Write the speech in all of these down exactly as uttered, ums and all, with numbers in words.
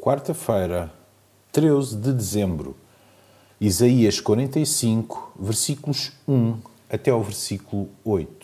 quarta-feira, treze de dezembro, Isaías quarenta e cinco, versículos um até ao versículo oito.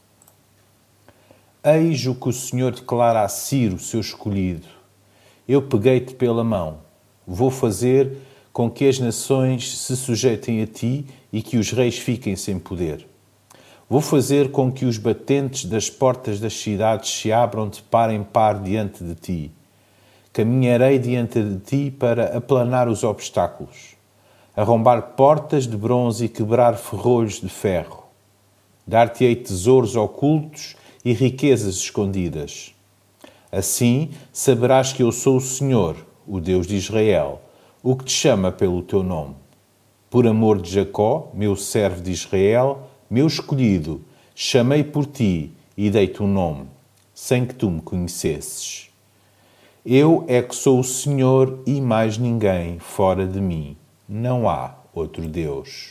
Eis o que o Senhor declara a Ciro, seu escolhido. Eu peguei-te pela mão. Vou fazer com que as nações se sujeitem a ti e que os reis fiquem sem poder. Vou fazer com que os batentes das portas das cidades se abram de par em par diante de ti. Caminharei diante de ti para aplanar os obstáculos, arrombar portas de bronze e quebrar ferrolhos de ferro. Dar-te-ei tesouros ocultos e riquezas escondidas. Assim saberás que eu sou o Senhor, o Deus de Israel, o que te chama pelo teu nome. Por amor de Jacó, meu servo de Israel, meu escolhido, chamei por ti e dei-te um nome, sem que tu me conhecesses. Eu é que sou o Senhor e mais ninguém fora de mim. Não há outro Deus.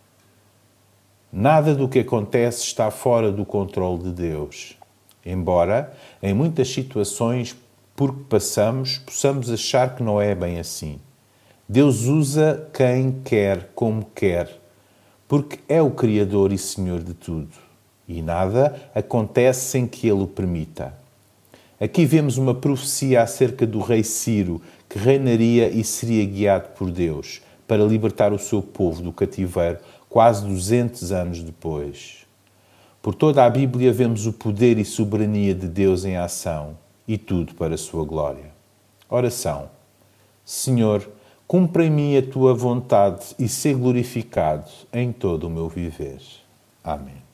Nada do que acontece está fora do controle de Deus. Embora, em muitas situações por que passamos, possamos achar que não é bem assim. Deus usa quem quer, como quer, porque é o Criador e Senhor de tudo. E nada acontece sem que Ele o permita. Aqui vemos uma profecia acerca do rei Ciro, que reinaria e seria guiado por Deus para libertar o seu povo do cativeiro quase duzentos anos depois. Por toda a Bíblia vemos o poder e soberania de Deus em ação, e tudo para a sua glória. Oração. Senhor, cumpre em mim a tua vontade e ser glorificado em todo o meu viver. Amém.